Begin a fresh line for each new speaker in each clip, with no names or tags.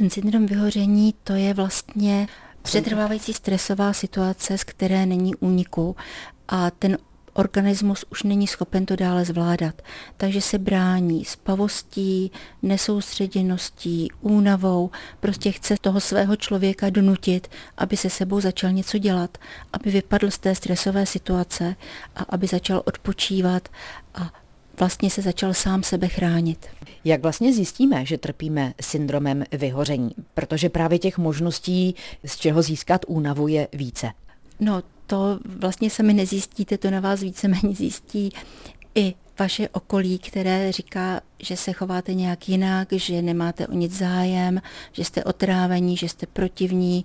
Ten syndrom vyhoření, to je vlastně přetrvávající stresová situace, z které není úniku a ten organismus už není schopen to dále zvládat. Takže se brání spavostí, nesoustředěností, únavou, prostě chce toho svého člověka donutit, aby se sebou začal něco dělat, aby vypadl z té stresové situace a aby začal odpočívat a vlastně se začal sám sebe chránit.
Jak vlastně zjistíme, že trpíme syndromem vyhoření? Protože právě těch možností, z čeho získat únavu, je více.
No, to vlastně sami nezjistíte, to na vás víceméně zjistí i vaše okolí, které říká, že se chováte nějak jinak, že nemáte o nic zájem, že jste otrávení, že jste protivní,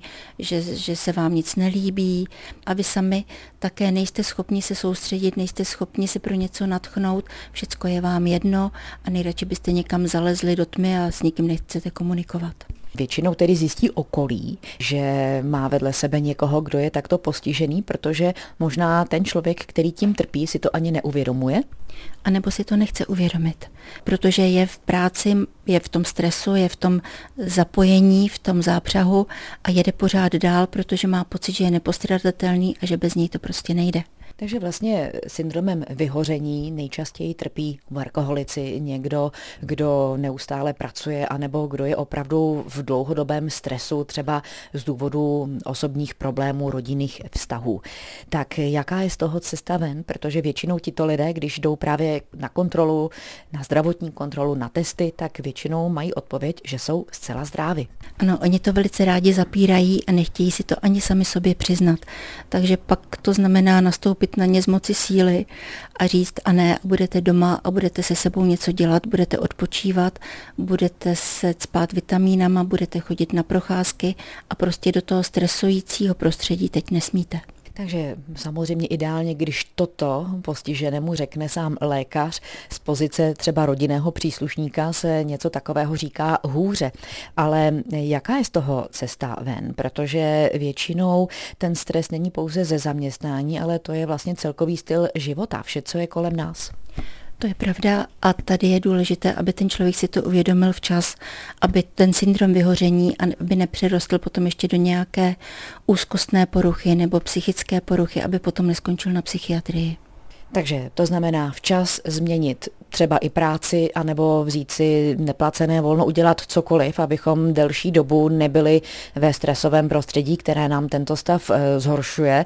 že se vám nic nelíbí a vy sami také nejste schopni se soustředit, nejste schopni se pro něco nadchnout, všecko je vám jedno a nejradši byste někam zalezli do tmy a s nikým nechcete komunikovat.
Většinou tedy zjistí okolí, že má vedle sebe někoho, kdo je takto postižený, protože možná ten člověk, který tím trpí, si to ani neuvědomuje.
A nebo si to nechce uvědomit, protože je v práci, je v tom stresu, je v tom zapojení, v tom zápřahu a jede pořád dál, protože má pocit, že je nepostradatelný a že bez něj to prostě nejde.
Takže vlastně syndromem vyhoření nejčastěji trpí workoholici, někdo, kdo neustále pracuje, anebo kdo je opravdu v dlouhodobém stresu, třeba z důvodu osobních problémů, rodinných vztahů. Tak jaká je z toho cesta ven? Protože většinou tito lidé, když jdou právě na kontrolu, na zdravotní kontrolu, na testy, tak většinou mají odpověď, že jsou zcela zdraví.
Ano, oni to velice rádi zapírají a nechtějí si to ani sami sobě přiznat. Takže pak to znamená nastoupit na ně z moci síly a říct a ne, budete doma a budete se sebou něco dělat, budete odpočívat, budete se cpát vitamínama, budete chodit na procházky a prostě do toho stresujícího prostředí teď nesmíte.
Takže samozřejmě ideálně, když toto postiženému řekne sám lékař, z pozice třeba rodinného příslušníka se něco takového říká hůře. Ale jaká je z toho cesta ven? Protože většinou ten stres není pouze ze zaměstnání, ale to je vlastně celkový styl života, vše, co je kolem nás.
To je pravda a tady je důležité, aby ten člověk si to uvědomil včas, aby ten syndrom vyhoření aby nepřerostl potom ještě do nějaké úzkostné poruchy nebo psychické poruchy, aby potom neskončil na psychiatrii.
Takže to znamená včas změnit třeba i práci, anebo vzít si neplacené volno, udělat cokoliv, abychom delší dobu nebyli ve stresovém prostředí, které nám tento stav zhoršuje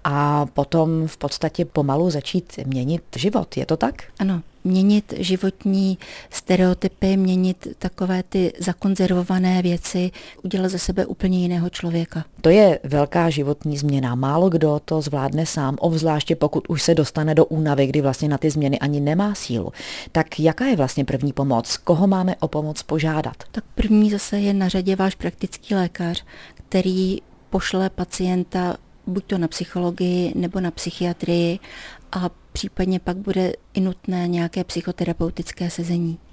a potom v podstatě pomalu začít měnit život. Je to tak?
Ano. Měnit životní stereotypy, měnit takové ty zakonzervované věci, udělat ze sebe úplně jiného člověka.
To je velká životní změna. Málo kdo to zvládne sám, obzvláště pokud už se dostane do únavy, kdy vlastně na ty změny ani nemá sílu. Tak jaká je vlastně první pomoc? Koho máme o pomoc požádat?
Tak první zase je na řadě váš praktický lékař, který pošle pacienta buď to na psychologii nebo na psychiatrii a případně pak bude i nutné nějaké psychoterapeutické sezení.